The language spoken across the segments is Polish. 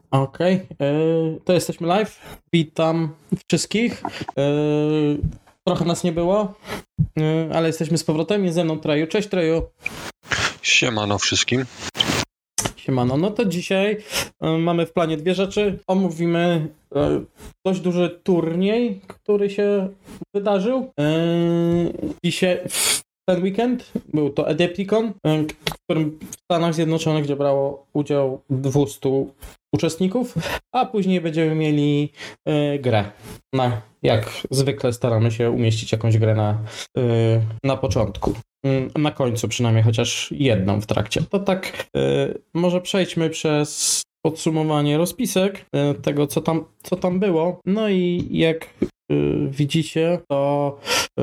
Okej, to jesteśmy live. Witam wszystkich. Trochę nas nie było, ale jesteśmy z powrotem. Jest ze mną Treju. Cześć Treju. Siemano wszystkim. Siemano. No to dzisiaj mamy w planie dwie rzeczy. Omówimy dość duży turniej, który się wydarzył. Dzisiaj ten weekend był to Adepticon, w którym w Stanach Zjednoczonych, gdzie brało udział 200 uczestników, a później będziemy mieli grę. Jak zwykle staramy się umieścić jakąś grę na początku. Na końcu przynajmniej chociaż jedną w trakcie. To tak może przejdźmy przez podsumowanie rozpisek tego, co tam było. No i jak widzicie, to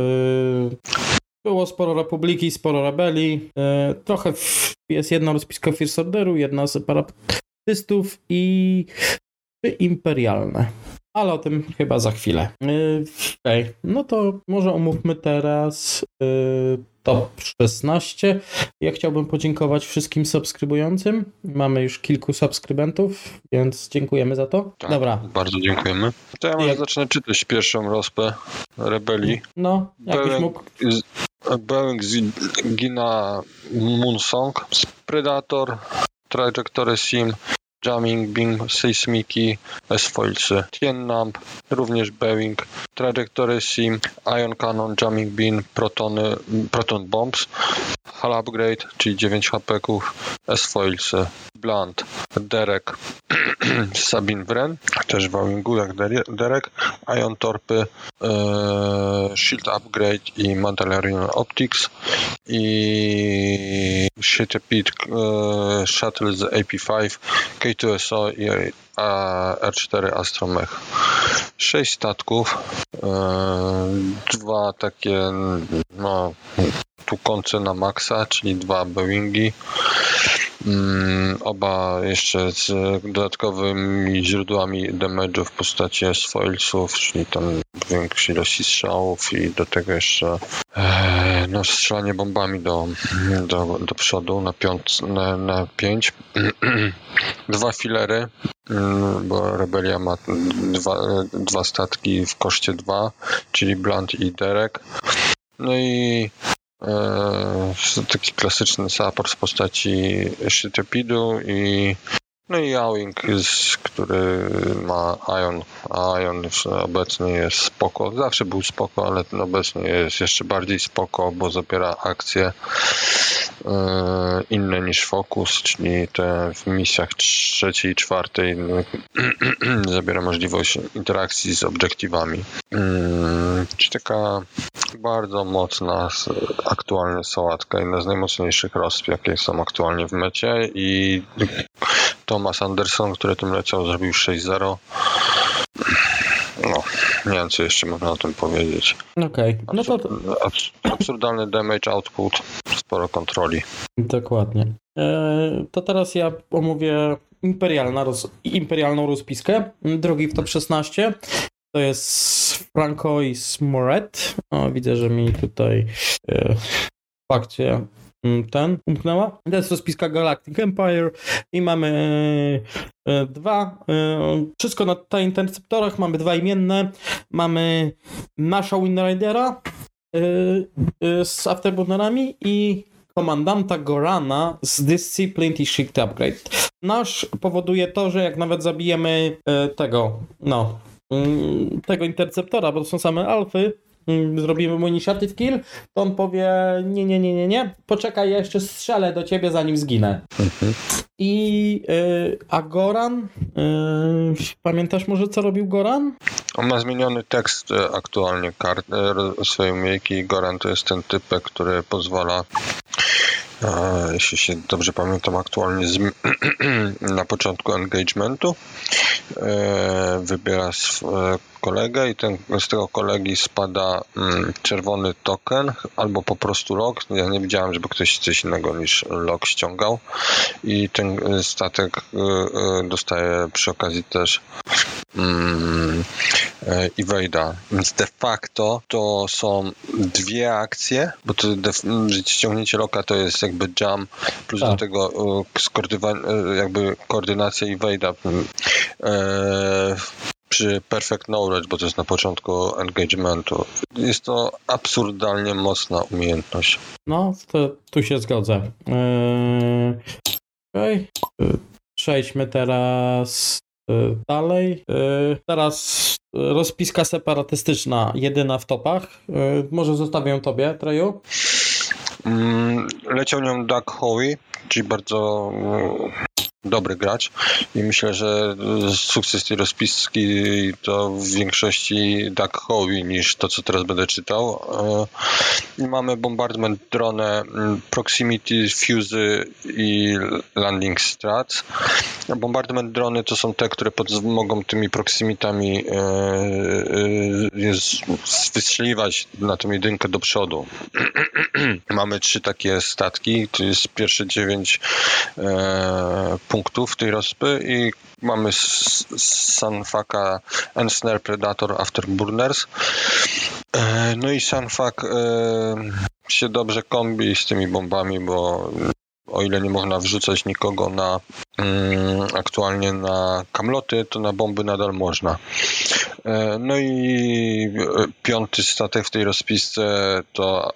było sporo Republiki, sporo Rebelii. Trochę jest jedna rozpiska First Orderu, jedna separatystów i imperialne. Ale o tym chyba za chwilę. Okej. No to może omówmy teraz top 16. Ja chciałbym podziękować wszystkim subskrybującym. Mamy już kilku subskrybentów, więc dziękujemy za to. Tak, dobra. Bardzo dziękujemy. To ja może zacznę czytać pierwszą rozpę Rebelii. No, jakbyś mógł. Boeing Gina Moonsong, Predator, Trajectory Sim, Jamming Beam, Seismiki, S-Foilsy, Tiennamp, również Boeing, Trajectory Sim, Ion Cannon, Jamming Beam, Proton Bombs, Hull Upgrade, czyli 9 HP-ków, S-Foilsy, Blunt, Derek, Sabine Wren, też w Boeingu jak Derek, Ion Torpy, Shield Upgrade i Mandalorian Optics i Shitty Shuttle z AP5, K2SO i R4 Astromech. 6 statków, dwa takie tukące na maksa, czyli 2 Boeingi. Oba jeszcze z dodatkowymi źródłami damage'u w postaci S-Foilsów, czyli tam większej ilości strzałów i do tego jeszcze strzelanie bombami do przodu na 5. 2 filery, bo Rebelia ma dwa statki w koszcie 2, czyli Blunt i Derek. No i taki klasyczny support w postaci Shitepidu i Yawing, który ma Ion, a Ion obecnie jest spoko. Zawsze był spoko, ale ten obecnie jest jeszcze bardziej spoko, bo zabiera akcje inne niż Focus, czyli te w misjach 3. i 4 zabiera możliwość interakcji z obiektywami. Czyli taka bardzo mocna aktualna sałatka, jedna z najmocniejszych rozp, jakie są aktualnie w mecie, i Thomas Anderson, który tym leciał, zrobił 6-0. Nie wiem, co jeszcze można o tym powiedzieć. Okej. No to absurdalny damage output, sporo kontroli. Dokładnie. To teraz ja omówię imperialną rozpiskę. Drugi w top 16 to jest Francois Moret. Widzę, że mi tutaj fakcie umknęła. To jest rozpiska Galactic Empire i mamy wszystko na interceptorach, mamy 2 imienne. Mamy nasza Windridera z Afterburnnerami i komandanta Gorana z Disciplined i Shield Upgrade. Nasz powoduje to, że jak nawet zabijemy tego interceptora, bo to są same alfy, zrobimy mu initiative kill, to on powie nie, poczekaj, ja jeszcze strzelę do ciebie, zanim zginę. I a Goran, pamiętasz może, co robił Goran? On ma zmieniony tekst aktualnie swojej umiejętności. Goran to jest ten typek, który pozwala, jeśli się dobrze pamiętam, aktualnie na początku engagementu wybiera kolegę i z tego kolegi spada czerwony token albo po prostu log. Ja nie widziałem, żeby ktoś coś innego niż log ściągał, i ten statek dostaje przy okazji też i Wejda. Więc de facto to są dwie akcje, bo to ściągnięcie loka to jest jakby jump, plus do tego jakby koordynacja i Wejda przy Perfect Knowledge, bo to jest na początku engagementu. Jest to absurdalnie mocna umiejętność. No, tu się zgodzę. Okay. Przejdźmy teraz dalej. Teraz rozpiska separatystyczna, jedyna w topach. Może zostawię tobie, Treju. Leciał nią Doug Howey, czyli bardzo dobry gracz i myślę, że sukces tej rozpiski to w większości Doug Howey niż to, co teraz będę czytał. Mamy bombardment drone, proximity, fuse i landing strats. Bombardment drony to są te, które mogą tymi proximitami wystrzeliwać na tą jedynkę do przodu. Mamy 3 takie statki, to jest pierwsze 9 punktów tej rozpy i mamy Sunfucka Ensnare Predator Afterburners. No i Sunfuck się dobrze kombi z tymi bombami, bo o ile nie można wrzucać nikogo aktualnie na kamloty, to na bomby nadal można. No i 5. statek w tej rozpisce to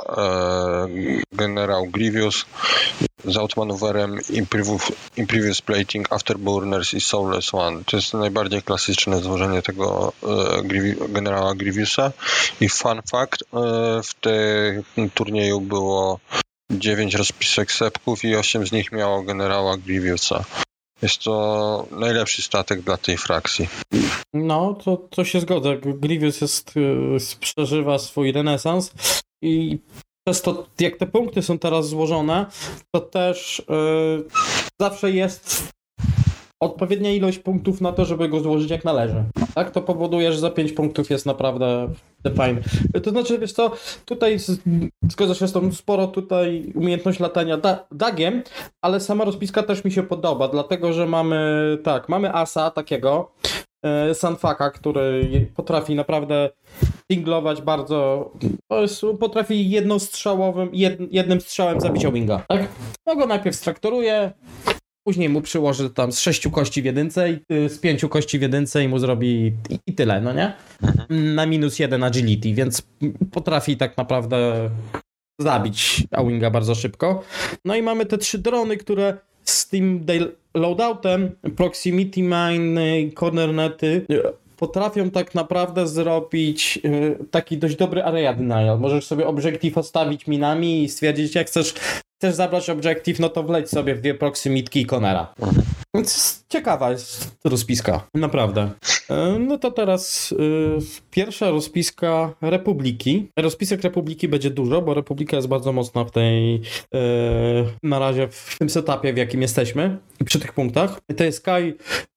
generał Grievous z outmaneuverem Imprevious Plating, Afterburners i Soulless One. To jest najbardziej klasyczne złożenie tego generała Grievousa. I fun fact, w tym turnieju było 9 rozpisek sepków i 8 z nich miało generała Grievousa. Jest to najlepszy statek dla tej frakcji. No, to się zgodzę. Grievous przeżywa swój renesans i przez to, jak te punkty są teraz złożone, to też zawsze jest odpowiednia ilość punktów na to, żeby go złożyć jak należy. Tak? To powoduje, że za 5 punktów jest naprawdę fajny. To znaczy, wiesz co, tutaj zgodzę się z tą sporo tutaj umiejętność latania dagiem, ale sama rozpiska też mi się podoba, dlatego, że mamy asa takiego, Sunfucka, który potrafi naprawdę singlować bardzo, potrafi jednym strzałem zabić Owinga, tak? No go najpierw straktoruje, później mu przyłoży tam z 6 kości w jedynce i z 5 kości w jedynce i mu zrobi i tyle, no nie? Na -1 agility, więc potrafi tak naprawdę zabić Owinga bardzo szybko. No i mamy te 3 drony, które z tym loadoutem, proximity mine, corner nety potrafią tak naprawdę zrobić taki dość dobry area denial. Możesz sobie obiektyw odstawić minami i stwierdzić, jak chcesz zabrać obiektyw, no to wleć sobie w 2 proximitki i Conera. Więc ciekawa jest rozpiska, naprawdę. No to teraz pierwsza rozpiska Republiki. Rozpisek Republiki będzie dużo, bo Republika jest bardzo mocna w tej na razie w tym setupie, w jakim jesteśmy i przy tych punktach. To jest Kai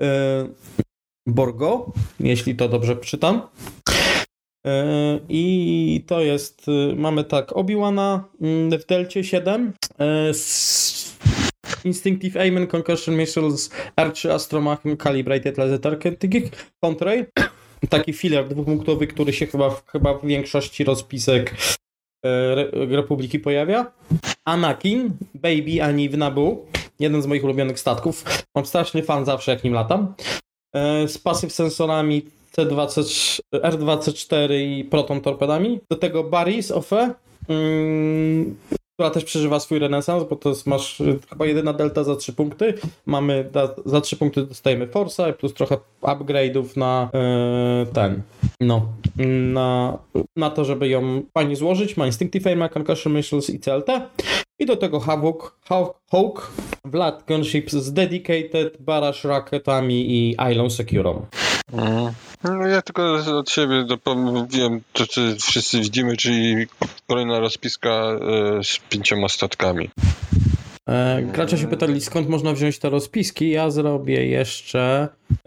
Borgo, jeśli to dobrze czytam. I to jest, mamy tak, Obi-Wana w Delcie 7, Instinctive Aim and Concussion Missiles R3 Astromach Calibrated Laser Targeting Contrail. Taki filler dwupunktowy, który się chyba w większości rozpisek Republiki pojawia. Anakin, Baby Ani w Naboo, jeden z moich ulubionych statków. Mam straszny fan zawsze, jak nim latam. Z pasyw sensorami R2-C4 i proton torpedami. Do tego Barris Ofe, która też przeżywa swój renesans, bo to jest, masz chyba jedyna delta za 3 punkty. Mamy za 3 punkty dostajemy Force'a plus trochę upgrade'ów na to, żeby ją fajnie złożyć. Ma Instinctive Aim, Concussion Missiles i CLT. I do tego Hawk, Vlad Gunship z Dedicated, Barrage Rocketami i Ilon Securą. No ja tylko od siebie wiem to, co wszyscy widzimy, czyli kolejna rozpiska z 5 statkami. Gracze się pytali, skąd można wziąć te rozpiski. Ja zrobię jeszcze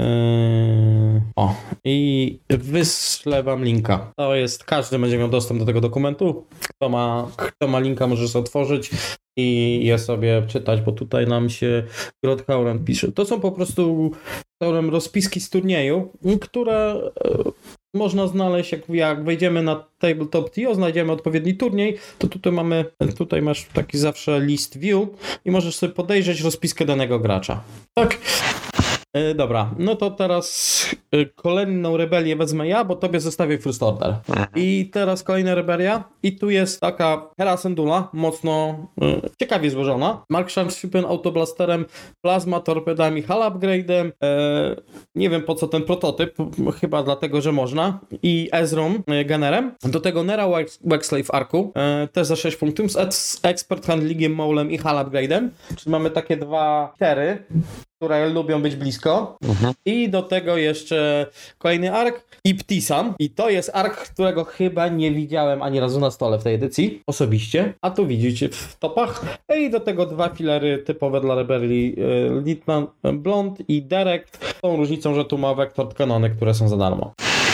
i wyślę wam linka. To jest, każdy będzie miał dostęp do tego dokumentu. Kto ma linka, może sobie otworzyć i je sobie czytać, bo tutaj nam się Grodhauren pisze. To są po prostu rozpiski z turnieju, które można znaleźć, jak wejdziemy na Tabletop.to, znajdziemy odpowiedni turniej, to tutaj masz taki zawsze list view i możesz sobie podejrzeć rozpiskę danego gracza. Tak? Dobra, no to teraz kolejną rebelię wezmę ja, bo tobie zostawię First Order. I teraz kolejna rebelia i tu jest taka Hera Syndulla, mocno ciekawie złożona. Marksmanshipem, autoblasterem, plazma, torpedami, hull upgrade'em. Nie wiem po co ten prototyp, chyba dlatego, że można. I Ezrom, gunnerem. Do tego Nera Wexley w arku, też za 6 punktów, z Expert Handlingiem, Maulem i hull upgrade'em. Czyli mamy takie dwa tery, które lubią być blisko. I do tego jeszcze kolejny ark i Ptisam. I to jest ark, którego chyba nie widziałem ani razu na stole w tej edycji, osobiście. A tu widzicie w topach. I do tego dwa filery typowe dla rebelii, Lieutenant Blond i Direct. Z tą różnicą, że tu ma Vector kanony, które są za darmo.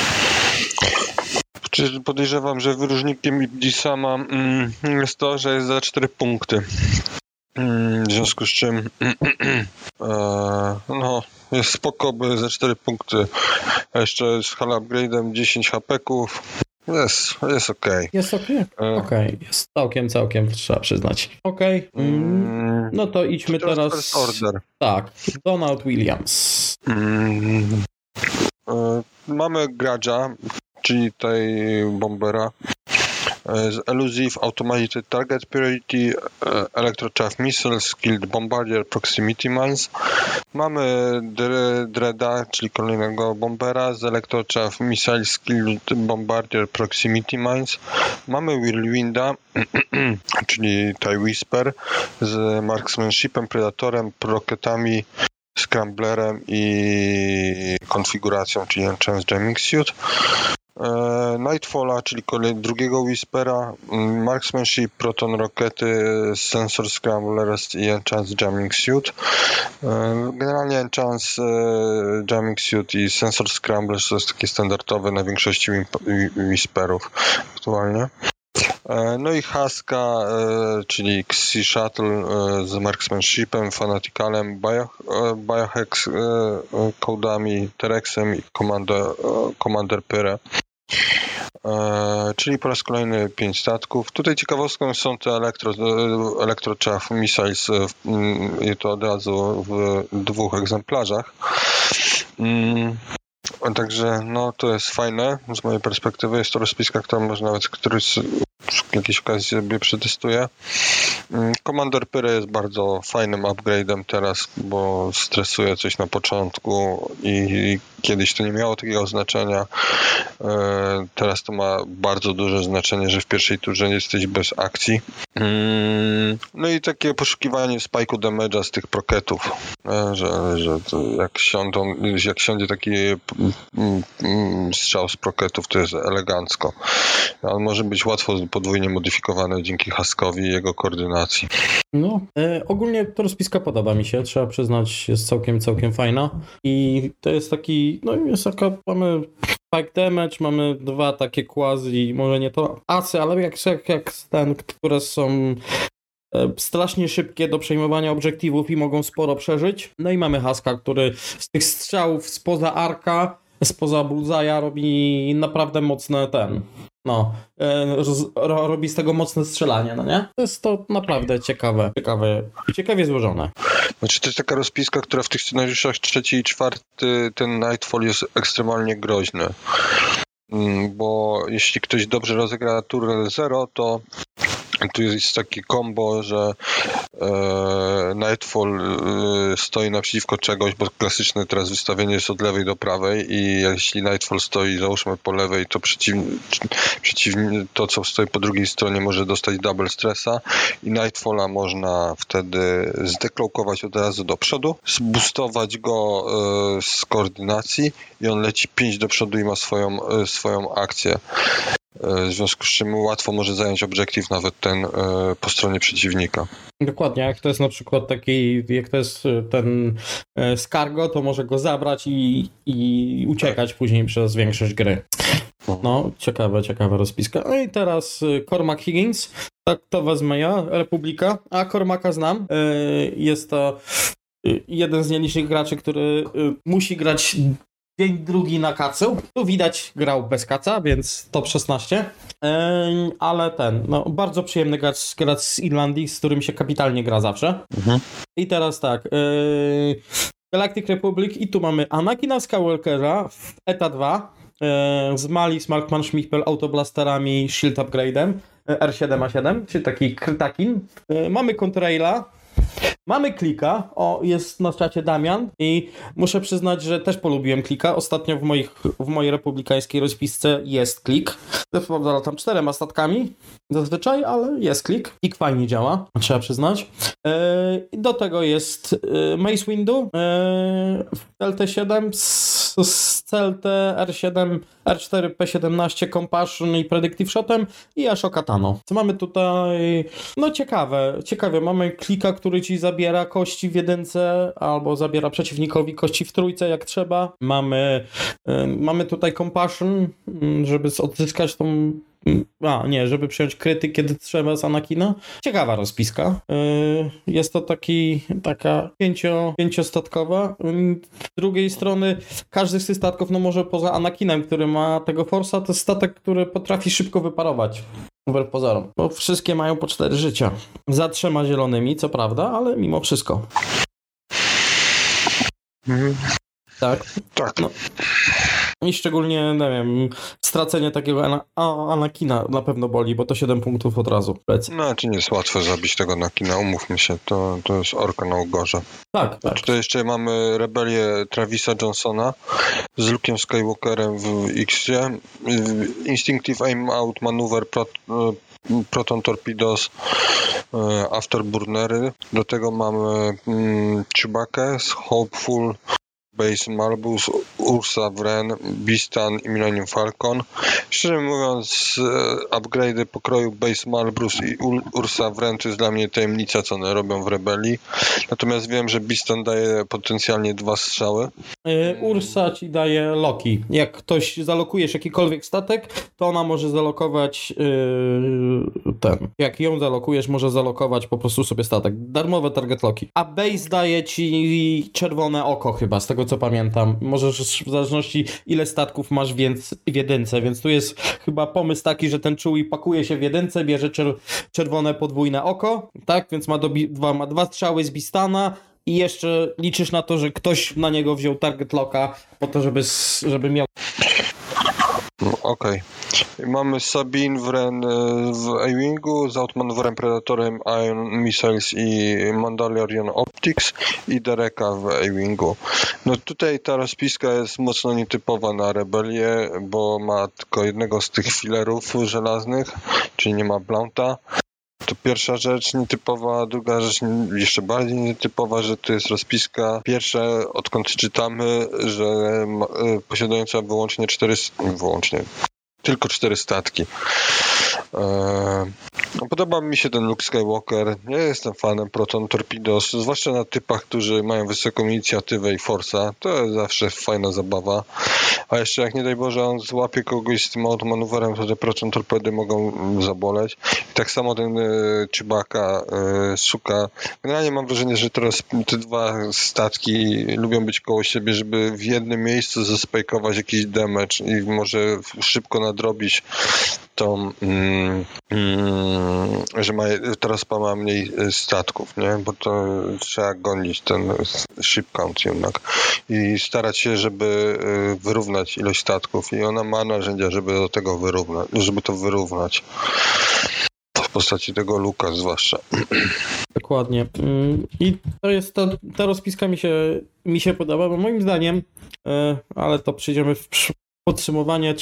Podejrzewam, że wyróżnikiem Ptisama jest to, że jest za 4 punkty. W związku z czym jest spoko, bo jest za 4 punkty. A jeszcze z hull upgrade'em 10 HP-ków. Jest okej. Jest okej? Okej. Jest całkiem, trzeba przyznać. Okej. No to idźmy teraz... Order. Tak. Donald Williams. Mamy Gradza, czyli tej bombera. Z Elusive, Automated Target Priority, Electrochaff Missile, Skilled Bombardier, Proximity Mines. Mamy Dreada, czyli kolejnego bombera z Electrochaff Missile, Skilled Bombardier, Proximity Mines. Mamy Whirlwinda, czyli TIE Whisper z Marksmanshipem, Predatorem, Rocketami, Scramblerem i konfiguracją, czyli Enhanced Jamming Suit. Nightfalla, czyli drugiego Whispera, Marksmanship, Proton Rockety, Sensor Scramblers i Enhanced Jamming Suit. Generalnie Enhanced Jamming Suit i Sensor Scramblers to jest takie standardowe na większości Whisperów aktualnie. No i Haska, czyli Sea Shuttle z Marksmanshipem, Fanaticalem, Biohex, Codami, Terexem i Commander Pyre. Czyli po raz kolejny 5 statków. Tutaj ciekawostką są te Electrochaff Missiles i to od razu w 2 egzemplarzach. Także to jest fajne. Z mojej perspektywy jest to rozpiska, którą można nawet w jakiejś okazji sobie przetestuję. Commander Pyre jest bardzo fajnym upgrade'em teraz, bo stresuje coś na początku i kiedyś to nie miało takiego znaczenia. Teraz to ma bardzo duże znaczenie, że w pierwszej turze jesteś bez akcji. No i takie poszukiwanie spike'u damage'a z tych proketów, że jak siądzie taki strzał z proketów, to jest elegancko. On może być łatwo podwójnie modyfikowany dzięki Haskowi i jego koordynacji. Ogólnie to rozpiska podoba mi się, trzeba przyznać, jest całkiem fajna i to jest taki, mamy spike damage, mamy 2 takie quasi, może nie to asy, ale jak ten, które są strasznie szybkie do przejmowania obiektywów i mogą sporo przeżyć. No i mamy Haska, który z tych strzałów spoza arka, spoza bullseye'a robi naprawdę mocne robi z tego mocne strzelanie, nie? To jest to naprawdę ciekawie złożone. Znaczy to jest taka rozpiska, która w tych scenariuszach 3. i 4. ten Nightfall jest ekstremalnie groźny. Bo jeśli ktoś dobrze rozegra turę 0, to tu jest takie combo, że Nightfall stoi naprzeciwko czegoś, bo klasyczne teraz wystawienie jest od lewej do prawej i jeśli Nightfall stoi, załóżmy po lewej, to to co stoi po drugiej stronie może dostać double stressa i Nightfalla można wtedy zdeklokować od razu do przodu, zboostować go z koordynacji i on leci 5 do przodu i ma swoją akcję. W związku z czym łatwo może zająć obiektyw nawet ten po stronie przeciwnika. Dokładnie, jak to jest na przykład jak to jest ten Scargo, to może go zabrać i uciekać później przez większość gry. Ciekawa rozpiska. No i teraz Cormac Higgins, tak to wezmę ja, Republika, a Cormaca znam. Jest to jeden z nielicznych graczy, który musi grać dzień drugi na kacu. Tu widać grał bez kaca, więc top 16. Ale bardzo przyjemny gracz z Irlandii, z którym się kapitalnie gra zawsze. I teraz tak, Galactic Republic i tu mamy Anakina Skywalkera w ETA 2 z Mali, z Marksmanshipem, autoblasterami, shield upgrade'em R7A7, czyli taki krytakin. Mamy Contraila. Mamy Klika, jest na czacie Damian i muszę przyznać, że też polubiłem Klika. Ostatnio w mojej republikańskiej rozpisce jest Klik. Zalatam 4 statkami zazwyczaj, ale jest Klik. Klik fajnie działa, trzeba przyznać. Do tego jest Mace Windu w LT7 z CLT R7, R4, P17, Compassion i Predictive Shotem i Ashoka Tano. Co mamy tutaj? No ciekawe. Mamy Klika, który ci zabiera kości w jedynce albo zabiera przeciwnikowi kości w trójce jak trzeba. Mamy tutaj Compassion, żeby odzyskać tą... żeby przyjąć kryty, kiedy trzeba z Anakina. Ciekawa rozpiska. Jest to taka pięciostatkowa. Z drugiej strony każdy z tych statków, może poza Anakinem, który ma tego Force'a, to jest statek, który potrafi szybko wyparować. Wbrew pozorom. Bo wszystkie mają po 4 życia. Za 3 zielonymi, co prawda, ale mimo wszystko. Tak. No. I szczególnie, nie wiem, stracenie takiego Anakina na pewno boli, bo to 7 punktów od razu. Czy nie jest łatwo zabić tego Anakina, umówmy się, to jest orka na ugorze. Tak. Tutaj jeszcze mamy rebelię Travisa Johnsona z Luke'em Skywalkerem w X-ie. Instinctive Aim Out Maneuver Proton Torpedoes, Afterburnery. Do tego mamy Chewbacca z Hopeful, Base Malbus, Ursa Wren, Bistan i Millennium Falcon. Szczerze mówiąc, upgrade'y pokroju Base Malbus i Ursa Wren to jest dla mnie tajemnica, co one robią w rebelii. Natomiast wiem, że Bistan daje potencjalnie 2 strzały. Ursa ci daje loki. Jak ktoś zalokujesz jakikolwiek statek, to ona może zalokować Jak ją zalokujesz, może zalokować po prostu sobie statek. Darmowe target loki. A Base daje ci czerwone oko chyba, z tego co pamiętam. Możesz w zależności ile statków masz w jedynce, więc tu jest chyba pomysł taki, że ten Chewie pakuje się w jedynce, bierze czerwone podwójne oko, tak? Więc ma 2 strzały z Bistana i jeszcze liczysz na to, że ktoś na niego wziął target locka po to, żeby miał... Okej. Mamy Sabine Wren w A-Wingu z Outmaneuverem Predatorem, Ion Missiles i Mandalorian Optics i Dereka w A-Wingu. Tutaj ta rozpiska jest mocno nietypowa na rebelię, bo ma tylko jednego z tych filerów żelaznych, czyli nie ma Blounta. To pierwsza rzecz nietypowa, druga rzecz jeszcze bardziej nietypowa, że to jest rozpiska pierwsza, odkąd czytamy, że posiadająca tylko 4 statki. Podoba mi się ten Luke Skywalker. Ja jestem fanem Proton Torpedoes, zwłaszcza na typach, którzy mają wysoką inicjatywę i Force'a. To jest zawsze fajna zabawa. A jeszcze jak nie daj Boże on złapie kogoś z tym automaneuverem, to te Proton Torpedy mogą zaboleć. I tak samo ten Chewbacca szuka. Generalnie mam wrażenie, że teraz te 2 statki lubią być koło siebie, żeby w jednym miejscu zespajkować jakiś damage i może szybko nadrobić tą, że teraz ma mniej statków, nie? Bo to trzeba gonić ten ship count jednak i starać się, żeby wyrównać ilość statków i ona ma narzędzia, żeby do tego wyrównać. W postaci tego Luka zwłaszcza. Dokładnie. I to jest ta rozpiska mi się podoba, bo moim zdaniem, ale to przyjdziemy w podsumowanie,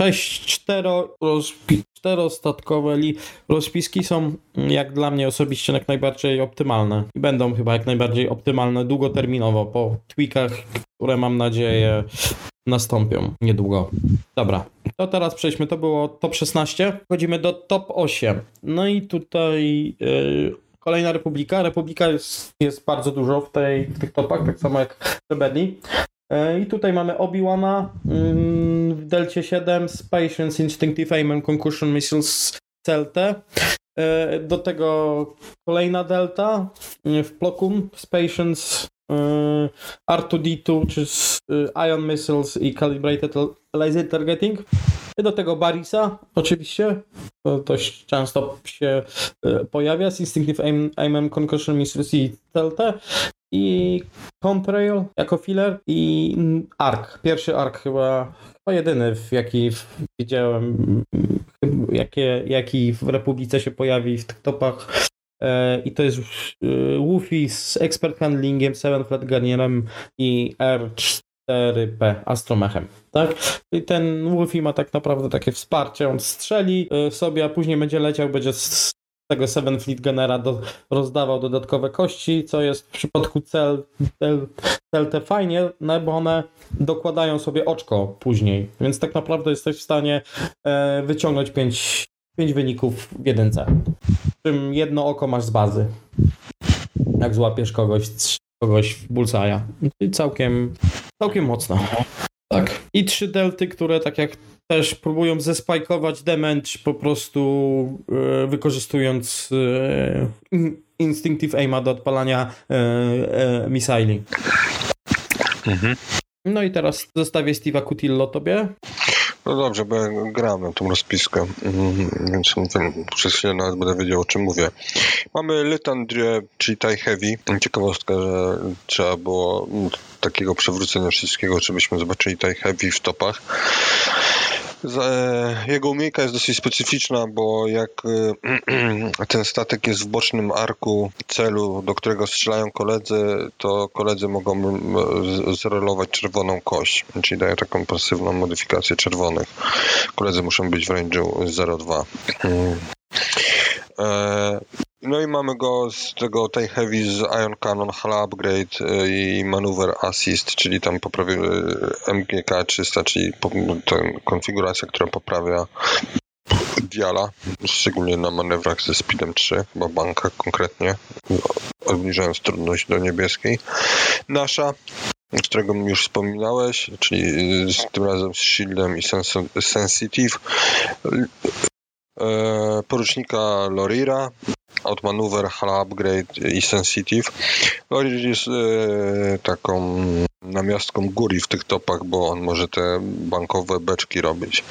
4-statkowe rozpiski są jak dla mnie osobiście jak najbardziej optymalne. I będą chyba jak najbardziej optymalne długoterminowo po tweakach, które mam nadzieję nastąpią niedługo. Dobra, to teraz przejdźmy. To było top 16. Wchodzimy do top 8. No i tutaj kolejna Republika. Republika jest bardzo dużo w tych topach, tak samo jak w Rebelii. I tutaj mamy Obi-Wana w Delcie 7 z Patience, Instinctive Aim and Concussion Missiles CLT. Do tego kolejna Delta w Plo Koon z Patience, R2D2 czy Ion Missiles i Calibrated Laser Targeting. I do tego Barisa oczywiście, to dość często się pojawia, z Instinctive Aim and Concussion Missiles i TLT, i Contrail jako filler i ARC, pierwszy ARC chyba jedyny, jaki widziałem, jaki w Republice się pojawi w tych topach. I to jest Wi-Fi z Expert Handlingiem, 7 Flat Gunnierem i R4P Astromechem, tak? I ten Wi-Fi ma tak naprawdę takie wsparcie, on strzeli sobie, a później będzie leciał, będzie z tego 7 Fleet Gunnera rozdawał dodatkowe kości, co jest w przypadku CLT fajnie, no bo one dokładają sobie oczko później, więc tak naprawdę jesteś w stanie wyciągnąć 5 wyników w jedynce. Czym jedno oko masz z bazy. Jak złapiesz kogoś w bullseye'a. I całkiem mocno. Tak. I 3 delty, które tak jak też próbują zespajkować damage po prostu wykorzystując Instinctive Aima do odpalania misili. No i teraz zostawię Steve'a Cutillo tobie. No dobrze, bo ja gram na tą rozpiskę, więc przez chwilę nawet będę wiedział, o czym mówię. Mamy Litandrie, czyli TIE Heavy. Ciekawostka, że trzeba było takiego przewrócenia wszystkiego, żebyśmy zobaczyli TIE Heavy w topach. Jego umiejka jest dosyć specyficzna, bo jak ten statek jest w bocznym arku celu, do którego strzelają koledzy, to koledzy mogą zrolować czerwoną kość, czyli daje taką pasywną modyfikację czerwonych. Koledzy muszą być w range'u 0,2. No i mamy go z tego TIE Heavy z Ion Cannon, HAL Upgrade i Maneuver Assist, czyli tam MGK 300, czyli konfiguracja, która poprawia diala, szczególnie na manewrach ze speedem 3, chyba banka konkretnie, obniżając trudność do niebieskiej. Nasza, z którego już wspominałeś, czyli tym razem z shieldem i sensitive. Porucznika Lorira, Outmaneuver, HAL Upgrade i Sensitive. Lorir jest taką namiastką góry w tych topach, bo on może te bankowe beczki robić.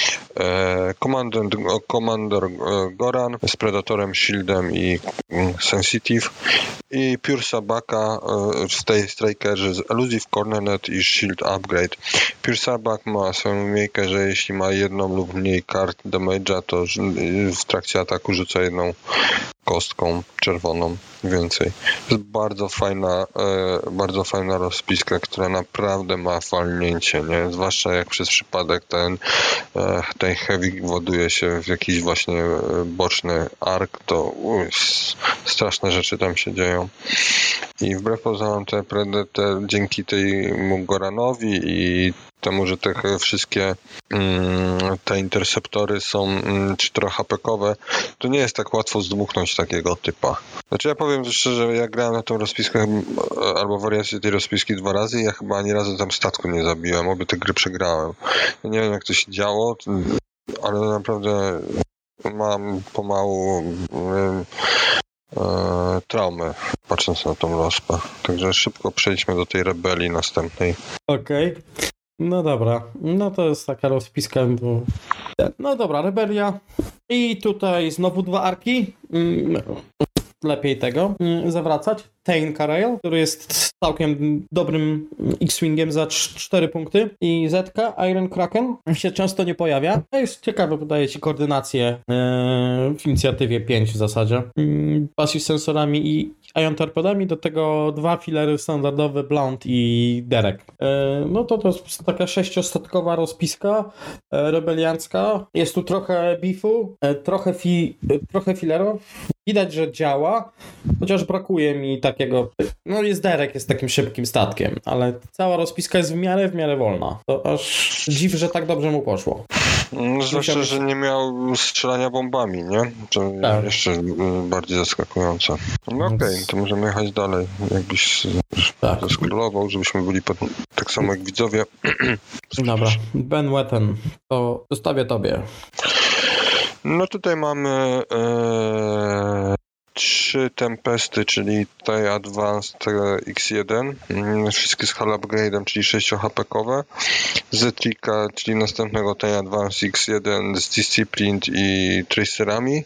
Commander Goran z Predatorem, Shieldem i Sensitive. I Pure Sabaka w tej Strikerze z Elusive Cornernet i Shield Upgrade. Pure Sabak ma swoją umiejętność, że jeśli ma jedną lub mniej kart damage'a, to w trakcie ataku rzuca jedną kostką czerwoną więcej. To jest bardzo fajna rozpiska, która naprawdę ma falnięcie, nie? Zwłaszcza jak przez przypadek ten heavy właduje się w jakiś właśnie boczny ark, to straszne rzeczy tam się dzieją. I wbrew pozorom dzięki temu Goranowi i temu, że te wszystkie te interceptory są 4-hapekowe, to nie jest tak łatwo zdmuchnąć takiego typa. Znaczy ja powiem szczerze, ja grałem na tą rozpiskę albo wariację tej rozpiski 2 razy i ja chyba ani razu tam statku nie zabiłem, obie te gry przegrałem. Ja nie wiem jak to się działo, ale naprawdę mam pomału traumę patrząc na tą rozpę. Także szybko przejdźmy do tej rebelii następnej. Okej. No dobra, no to jest taka rozpiska. No dobra, rebelia. I tutaj znowu 2 arki. Lepiej tego zawracać. Tain Karail, który jest całkiem dobrym X-Wingiem za 4 punkty. I Zetka, Iron Kraken, się często nie pojawia. To jest ciekawe, podaje ci koordynację w inicjatywie 5 w zasadzie. Passive sensorami i Ion Torpedami, do tego 2 filery standardowe, Blount i Derek. No to jest taka 6-statkowa rozpiska rebeliancka. Jest tu trochę beefu, trochę filerów. Widać, że działa, chociaż brakuje mi takiego... No jest Derek, jest takim szybkim statkiem, ale cała rozpiska jest w miarę wolna. To aż dziw, że tak dobrze mu poszło. No, zwłaszcza, że nie miał strzelania bombami, nie? To tak. Jeszcze bardziej zaskakujące. No okej, to możemy jechać dalej. Jakbyś zeskrolował, żebyśmy byli tak samo jak widzowie. Dobra, Ben Wetten, to zostawię tobie. No tutaj mamy 3 Tempesty, czyli TIE Advanced X1, wszystkie z hull upgrade'em, czyli 6-hapekowe, Zetrika, czyli następnego TIE Advanced X1 z Disciplined i Tracerami,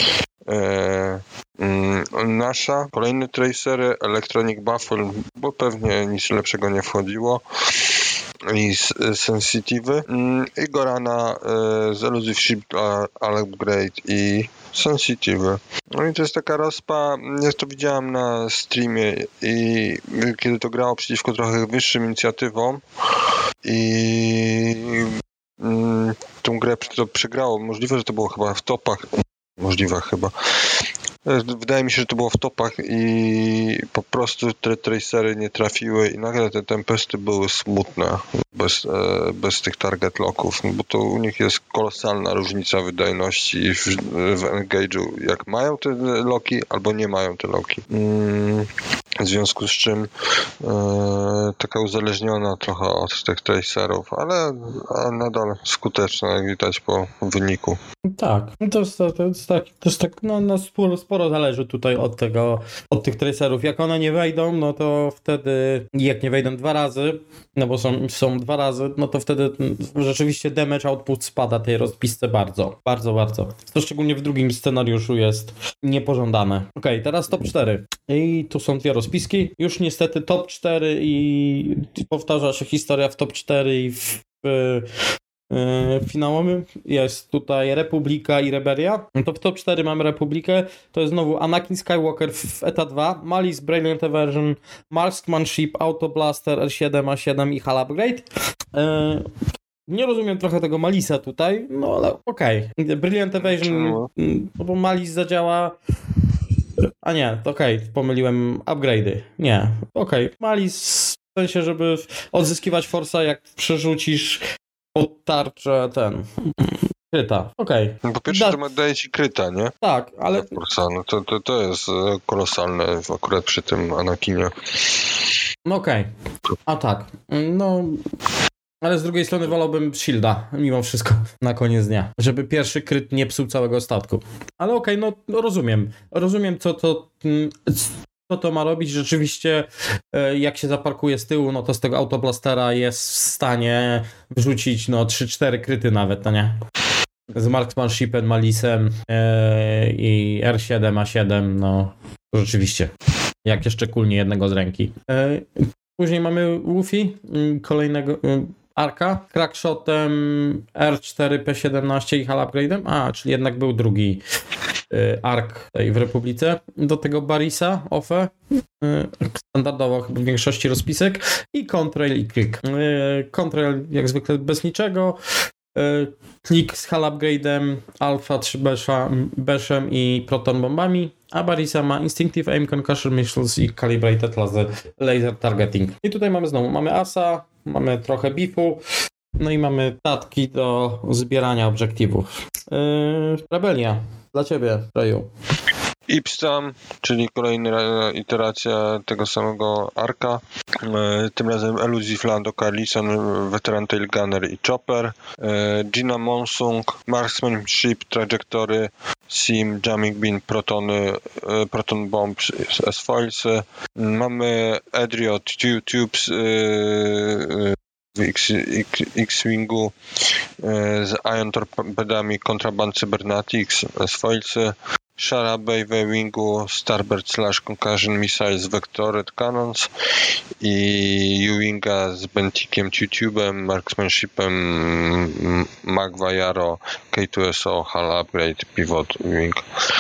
nasza, kolejne tracery, Electronic Baffle, bo pewnie nic lepszego nie wchodziło, i Sensitive, i Gorana z Elusive Ship Upgrade i Sensitive. No i to jest taka rozpa, ja to widziałem na streamie i kiedy to grało przeciwko trochę wyższym inicjatywom i tą grę to przegrało. Możliwe, że to było chyba w topach. Możliwe chyba. Wydaje mi się, że to było w topach i po prostu te tracery nie trafiły i nagle te Tempesty były smutne bez tych target locków, bo to u nich jest kolosalna różnica wydajności w engage'u, jak mają te loki albo nie mają te loki. W związku z czym taka uzależniona trochę od tych tracerów, ale nadal skuteczna, jak widać po wyniku. Tak, to jest tak, no sporo zależy tutaj od tych tracerów. Jak one nie wejdą, no to wtedy, jak nie wejdą 2 razy, no bo są 2 razy, no to wtedy rzeczywiście damage output spada tej rozpisce bardzo. To szczególnie w drugim scenariuszu jest niepożądane. Okej, teraz top 4. I tu są 2 rozpiski. Już niestety top 4 i powtarza się historia w top 4 i w finałowym jest tutaj Republika i Rebellia. To w top 4 mamy Republikę. To jest znowu Anakin Skywalker w ETA 2, Malice, Brilliant Evasion, Marksmanship, Auto Blaster, R7, A7 i Hull Upgrade. Nie rozumiem trochę tego Malisa tutaj, no ale okej. Brilliant Evasion, bo Malice zadziała... A nie, to pomyliłem upgrade'y. Nie, Malice w sensie, żeby odzyskiwać forsa, jak przerzucisz pod tarczę kryta. Po pierwsze, to daje ci kryta, nie? Tak, ale... No to jest kolosalne akurat przy tym Anakinie. No a tak, no... Ale z drugiej strony wolałbym shielda, mimo wszystko, na koniec dnia. Żeby pierwszy kryt nie psuł całego statku. Ale no rozumiem. Rozumiem, co to ma robić. Rzeczywiście, jak się zaparkuje z tyłu, no to z tego autoblastera jest w stanie wrzucić 3-4 kryty nawet, no nie? Z Marksmanshipem, Malisem i R7, A7, no rzeczywiście. Jak jeszcze kulnie jednego z ręki. Później mamy Luffy, kolejnego Arka, Crackshotem, R4, P17 i Hull Upgrade'em. Czyli jednak był drugi Ark w Republice. Do tego Barrisa, OFE, standardowo chyba w większości rozpisek, i Contrail i Click. Contrail jak zwykle bez niczego. Click z Hull Upgrade'em, Alpha 3 Beshem i Proton bombami, a Barrisa ma Instinctive Aim, Concussion Missiles i Calibrated Laser Targeting. I tutaj mamy ASA, mamy trochę bifu, no i mamy tatki do zbierania obiektywów. Rebellia, dla ciebie, Reju. Ipstam, czyli kolejna iteracja tego samego Arka. Tym razem Elusive Lando Calrissian, Veteran Tailgunner i Chopper. Gina Monsung, Marksmanship, Trajectory, Sim, Jamming Beam, Proton Bomb, S-Foilsy. Mamy Edriot, Tubes w X-Wingu z Ion Torpedami, Contraband Cybernatics, S-Foilsy. Sharabay w Wingu, Starbird / Concussion Missiles, Vectored Cannons i Ewinga z Bentikiem, Tube'em, Marksmanshipem, Magva Yaro, K2SO, Hull Upgrade, Pivot Wing.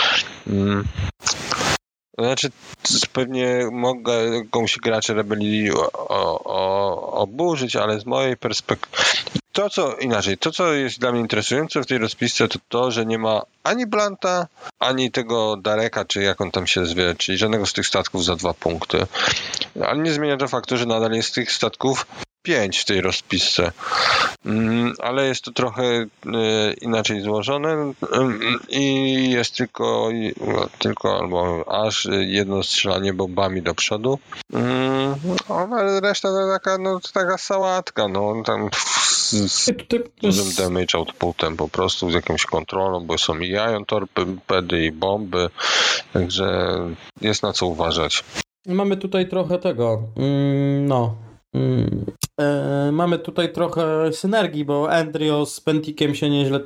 Znaczy, pewnie mogą się gracze Rebelii oburzyć, ale z mojej perspektywy to, co jest dla mnie interesujące w tej rozpisce, to, że nie ma ani Blanta, ani tego Dareka, czy jak on tam się zwie, czyli żadnego z tych statków za 2 punkty. Ale nie zmienia to faktu, że nadal jest tych statków 5 w tej rozpisce, ale jest to trochę inaczej złożone i jest tylko albo aż jedno strzelanie bombami do przodu, ale reszta to taka sałatka, tam z dużym damage outputem po prostu, z jakąś kontrolą, bo są i ion torpedy i bomby, także jest na co uważać. Mamy tutaj trochę tego, mamy tutaj trochę synergii, bo Andrio z Pentikiem się nieźle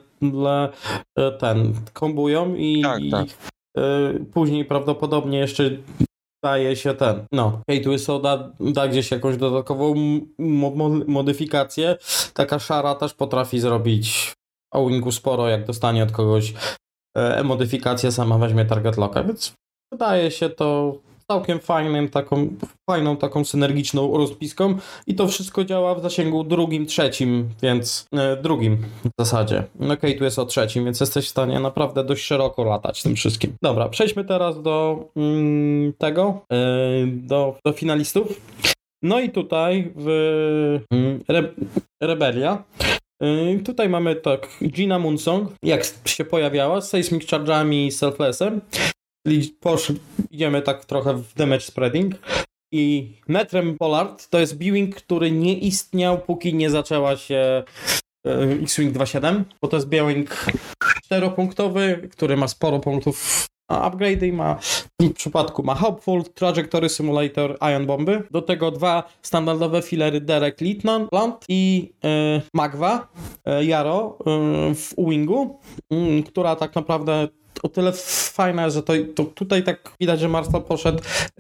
kombują i później prawdopodobnie jeszcze daje się K2SO da gdzieś jakąś dodatkową modyfikację. Taka szara też potrafi zrobić o wingu sporo, jak dostanie od kogoś modyfikację, sama weźmie target locka, więc wydaje się to całkiem fajną taką synergiczną rozpiską i to wszystko działa w zasięgu drugim, trzecim, więc drugim w zasadzie. K2SO trzecim, więc jesteś w stanie naprawdę dość szeroko latać tym wszystkim. Dobra, przejdźmy teraz do do finalistów. No i tutaj w Rebelia tutaj mamy Gina Moonsong, jak się pojawiała, z Seismic Charge'ami i Selflessem. Czyli idziemy tak trochę w damage spreading. I Metrem Pollard to jest B-Wing, który nie istniał, póki nie zaczęła się X-Wing 2.7, bo to jest B-Wing 4-punktowy, który ma sporo punktów na upgrade'y, w tym przypadku ma Hopeful, Trajectory Simulator, Ion Bomby. Do tego 2 standardowe filery Derek Lieutenant i Magwa Jaro w U-Wingu, która tak naprawdę o tyle fajna, że to tutaj tak widać, że Marshall poszedł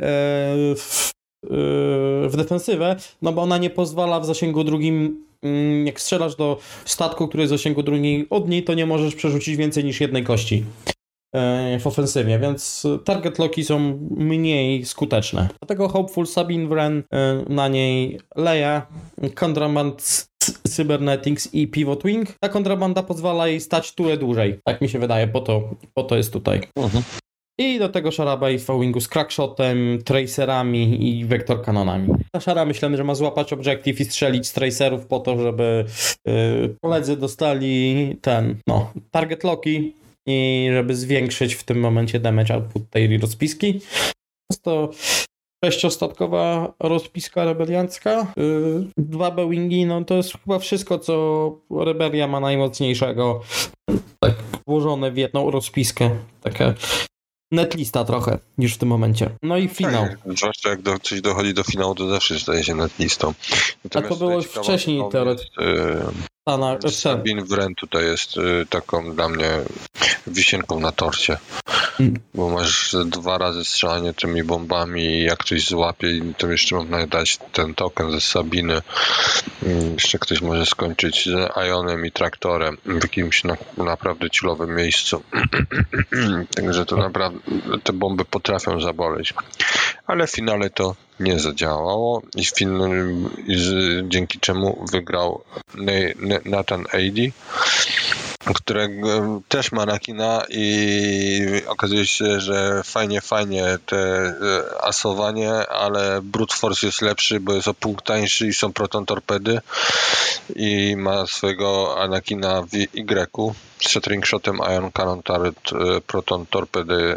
w defensywę, bo ona nie pozwala w zasięgu drugim, jak strzelasz do statku, który jest w zasięgu drugim od niej, to nie możesz przerzucić więcej niż jednej kości w ofensywie, więc target locki są mniej skuteczne. Dlatego Hopeful, Sabine Wren, na niej Leia, Contraband Cybernetics i Pivot Wing. Ta kontrabanda pozwala jej stać turę dłużej. Tak mi się wydaje, po to jest tutaj. I do tego Shara Base w Wingu z Crackshotem, Tracerami i Vector Kanonami. Ta Shara myślę, że ma złapać objective i strzelić z Tracerów po to, żeby koledzy dostali target locki i żeby zwiększyć w tym momencie damage output tej rozpiski. Jest to 6-statkowa rozpiska rebeliancka. 2 B-Wingi, to jest chyba wszystko, co Rebelia ma najmocniejszego. Tak włożone w jedną rozpiskę. Taka netlista trochę już w tym momencie. No i finał. Zwłaszcza jak coś dochodzi do finału, to zawsze staje się netlistą. Natomiast a to było wcześniej teoretycznie. Sabine Wren tutaj jest taką dla mnie wisienką na torcie. Bo masz 2 razy strzelanie tymi bombami i jak ktoś złapie, to jeszcze można dać ten token ze Sabiny. Jeszcze ktoś może skończyć z Ionem i Traktorem w jakimś naprawdę ciulowym miejscu. Także to naprawdę te bomby potrafią zaboleć. Ale w finale to nie zadziałało i dzięki czemu wygrał Nathan Aidy, którego też ma Anakina i okazuje się, że fajnie te asowanie, ale Brute Force jest lepszy, bo jest o punkt tańszy i są proton torpedy i ma swojego Anakina w Y z Shattering Shotem, Ion Cannon Turret, proton torpedy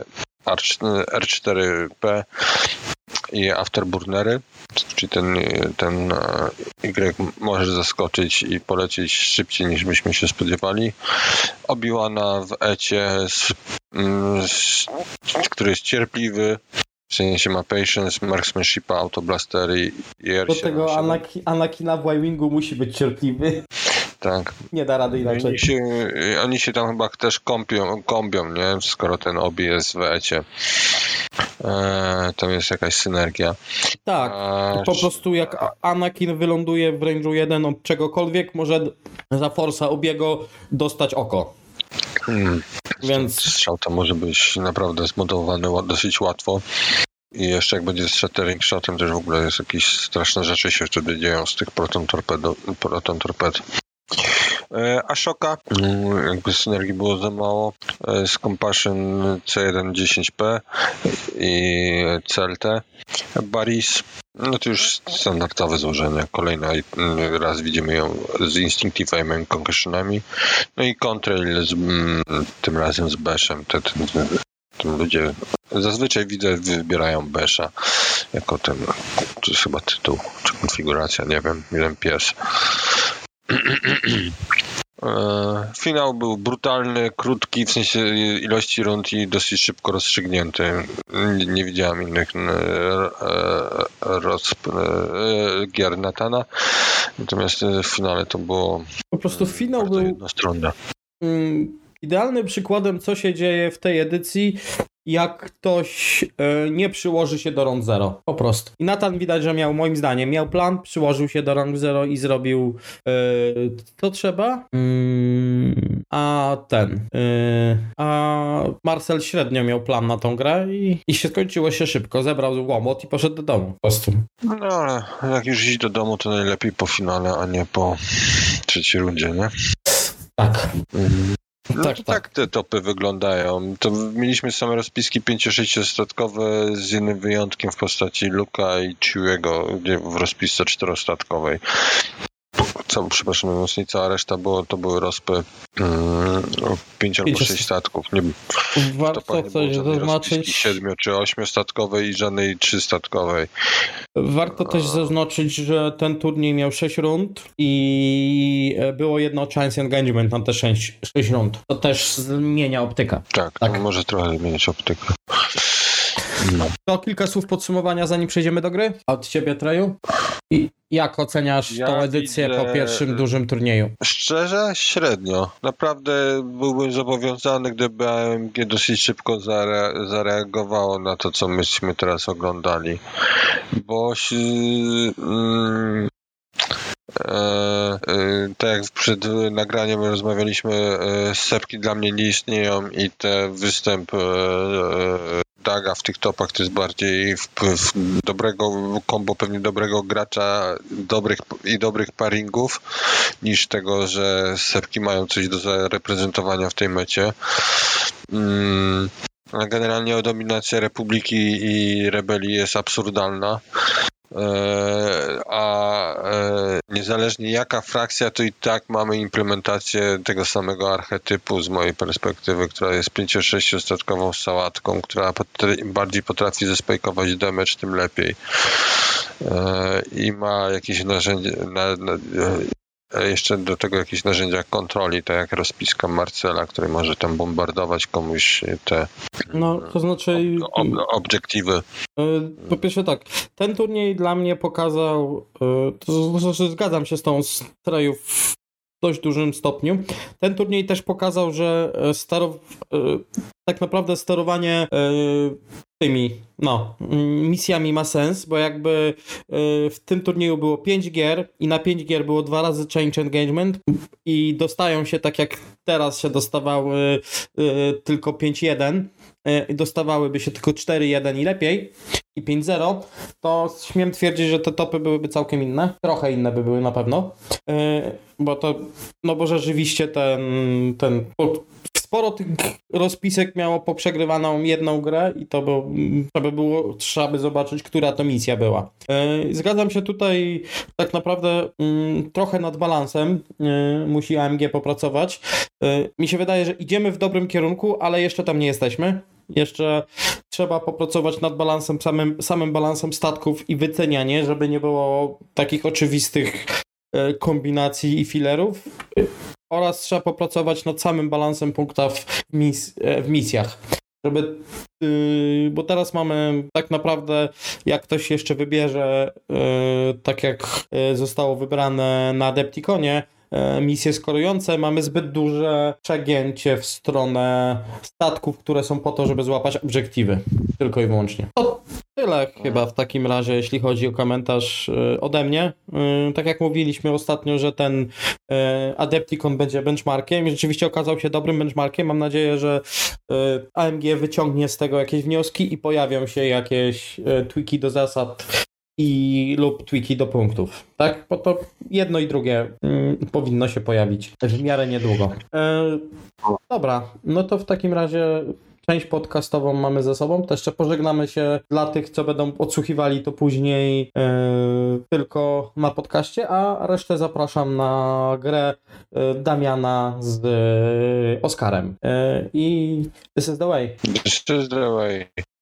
R4P i Afterburnery, czyli ten Y może zaskoczyć i polecieć szybciej niż byśmy się spodziewali. Obi-Wana w Ecie, który jest cierpliwy, w sensie ma patience, marksmanshipa, autoblastery i do tego Anakina w Y-Wingu musi być cierpliwy. Tak. Nie da rady inaczej. Oni się tam chyba też kombią, nie? Skoro ten Obi jest w Ecie. Tam jest jakaś synergia. Tak, po prostu jak Anakin wyląduje w range'u 1 od czegokolwiek, może za forsa Obiego dostać oko. Więc strzał to może być naprawdę zmodowany dosyć łatwo. I jeszcze jak będzie z Shattering Shotem, też w ogóle jest jakieś straszne rzeczy się wtedy dzieją z tych proton torped. Ashoka, jakby synergii było za mało, z Compassion C1 10P i CLT. Baris, no to już standardowe złożenie. Kolejny raz widzimy ją z Instinctive Aimem i Concussionami. No i Contrail tym razem z Beshem. Tym ludzie zazwyczaj widzę, wybierają Besha jako ten, to jest chyba tytuł, czy konfiguracja, nie wiem, jeden pies. Finał był brutalny, krótki, w sensie ilości rund i dosyć szybko rozstrzygnięty. Nie widziałem innych gier Natana. Natomiast w finale to było po prostu finał był jednostronne. Idealnym przykładem, co się dzieje w tej edycji, jak ktoś nie przyłoży się do round 0. Po prostu. I Nathan widać, że moim zdaniem, miał plan, przyłożył się do round 0 i zrobił co trzeba. A Marcel średnio miał plan na tą grę i się skończyło się szybko. Zebrał łomot i poszedł do domu po prostu. No ale jak już iść do domu, to najlepiej po finale, a nie po trzeciej rundzie, nie? Tak. No tak te topy wyglądają. To mieliśmy same rozpiski 5-6 statkowe z jednym wyjątkiem w postaci Luka i Chewiego w rozpisce 4-statkowej. Przepraszam, mocniej cała reszta to były rozpy 5 albo 6 statków. Warto coś zaznaczyć. 7 czy 8 statkowej i żadnej 3 statkowej. Warto też zaznaczyć, że ten turniej miał 6 rund i było jedno chance engagement na te 6 rund. To też zmienia optykę. Tak. Może trochę zmienić optykę. No. To kilka słów podsumowania, zanim przejdziemy do gry. Od ciebie, Treju? I jak oceniasz tą edycję po pierwszym dużym turnieju? Szczerze, średnio. Naprawdę byłbym zobowiązany, gdyby AMG dosyć szybko zareagowało na to, co myśmy teraz oglądali. Bo tak jak przed nagraniem rozmawialiśmy, sepki dla mnie nie istnieją i te występ Daga w tych topach to jest bardziej wpływ dobrego kombo, pewnie dobrego gracza, dobrych paringów, niż tego, że sepki mają coś do zareprezentowania w tej mecie. Generalnie dominacja Republiki i Rebelii jest absurdalna. Niezależnie jaka frakcja, to i tak mamy implementację tego samego archetypu z mojej perspektywy, która jest 5-6 statkową sałatką, która im bardziej potrafi zespajkować damage, tym lepiej. I ma jakieś narzędzie, jeszcze do tego jakieś narzędzia kontroli, tak jak rozpiska Marcela, który może tam bombardować komuś te to znaczy obiektywy. Po pierwsze tak, ten turniej dla mnie pokazał, to znaczy zgadzam się z tą Treju w dość dużym stopniu. Ten turniej też pokazał, że tak naprawdę sterowanie tymi misjami ma sens, bo jakby w tym turnieju było 5 gier i na 5 gier było 2 razy change engagement i dostają się tak jak teraz się dostawały tylko 5-1 i dostawałyby się tylko 4-1 i lepiej i 5-0, to śmiem twierdzić, że te topy byłyby całkiem inne. Trochę inne by były na pewno. Bo rzeczywiście sporo tych rozpisek miało poprzegrywaną jedną grę i trzeba by zobaczyć, która to misja była. Zgadzam się tutaj tak naprawdę trochę nad balansem musi AMG popracować. Mi się wydaje, że idziemy w dobrym kierunku, ale jeszcze tam nie jesteśmy. Jeszcze trzeba popracować nad balansem, samym balansem statków i wycenianie, żeby nie było takich oczywistych kombinacji i filerów. Oraz trzeba popracować nad samym balansem punkta w misjach. Bo teraz mamy tak naprawdę, jak ktoś jeszcze wybierze, tak jak zostało wybrane na Adepticonie, misje skorujące, mamy zbyt duże przegięcie w stronę statków, które są po to, żeby złapać obiektywy. Tylko i wyłącznie. To tyle chyba w takim razie, jeśli chodzi o komentarz ode mnie. Tak jak mówiliśmy ostatnio, że ten Adepticon będzie benchmarkiem i rzeczywiście okazał się dobrym benchmarkiem. Mam nadzieję, że AMG wyciągnie z tego jakieś wnioski i pojawią się jakieś tweaki do zasad lub tweaki do punktów. Tak? Bo to jedno i drugie powinno się pojawić w miarę niedługo. Dobra, no to w takim razie część podcastową mamy za sobą. To jeszcze pożegnamy się dla tych, co będą odsłuchiwali to później tylko na podcaście, a resztę zapraszam na grę Damiana z Oskarem. I this is the way. This is the way.